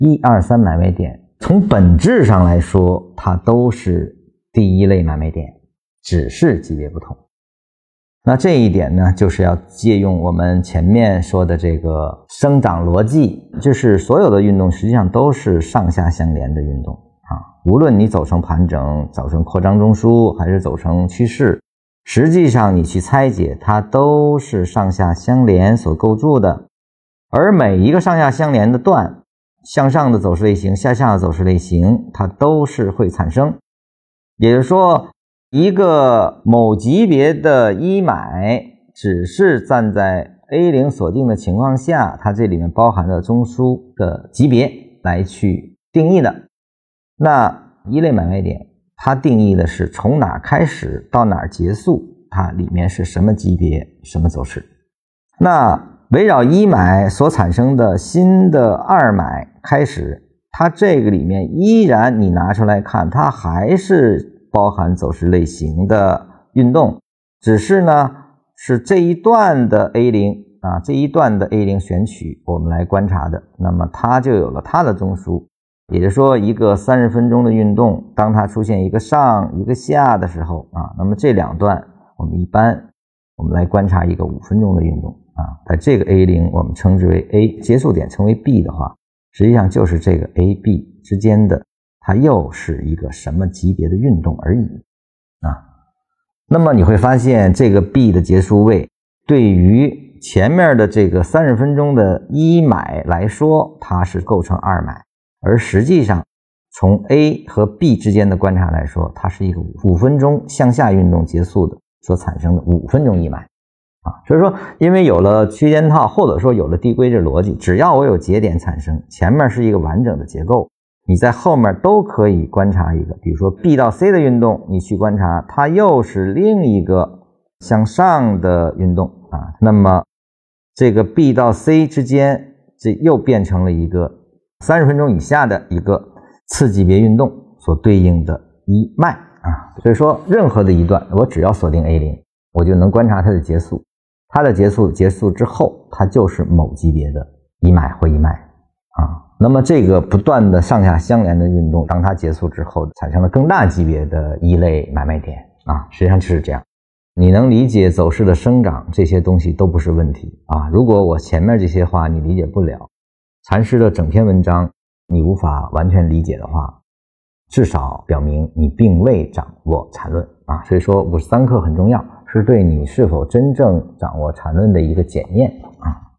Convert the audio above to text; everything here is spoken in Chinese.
1、2、3买卖点，从本质上来说，它都是第一类买卖点，只是级别不同。那这一点呢，就是要借用我们前面说的这个生长逻辑，就是所有的运动实际上都是上下相连的运动啊。无论你走成盘整，走成扩张中枢，还是走成趋势，实际上你去拆解，它都是上下相连所构筑的。而每一个上下相连的段，向上的走势类型，向下的走势类型，它都是会产生。也就是说，一个某级别的一买只是站在 A0 锁定的情况下，它这里面包含了中枢的级别来去定义的。那一类买卖点，它定义的是从哪开始到哪结束，它里面是什么级别，什么走势。那围绕一买所产生的新的二买开始，它这个里面依然你拿出来看，它还是包含走势类型的运动，只是呢是这一段的 A0 啊，这一段的 A0 选取我们来观察的，那么它就有了它的中枢。也就是说，一个30分钟的运动，当它出现一个上一个下的时候啊，那么这两段我们来观察一个5分钟的运动啊，在这个 A0 我们称之为 A， 结束点称为 B 的话，实际上就是这个 A、B 之间的，它又是一个什么级别的运动而已啊。那么你会发现，这个 B 的结束位对于前面的这个30分钟的一买来说，它是构成二买，而实际上从 A 和 B 之间的观察来说，它是一个5分钟向下运动结束的所产生的5分钟一买啊。所以说，因为有了区间套，或者说有了递归这逻辑，只要我有节点产生，前面是一个完整的结构，你在后面都可以观察一个，比如说 B 到 C 的运动，你去观察它又是另一个向上的运动啊。那么这个 B 到 C 之间，这又变成了一个30分钟以下的一个次级别运动所对应的一卖啊。所以说任何的一段，我只要锁定 A0， 我就能观察它的结束，它的结束之后，它就是某级别的一买或一卖啊。那么这个不断的上下相连的运动，当它结束之后，产生了更大级别的一类买卖点啊，实际上就是这样。你能理解走势的生长，这些东西都不是问题啊。如果我前面这些话你理解不了，禅师的整篇文章你无法完全理解的话，至少表明你并未掌握禅论啊。所以说53课很重要，是对你是否真正掌握禅论的一个检验啊。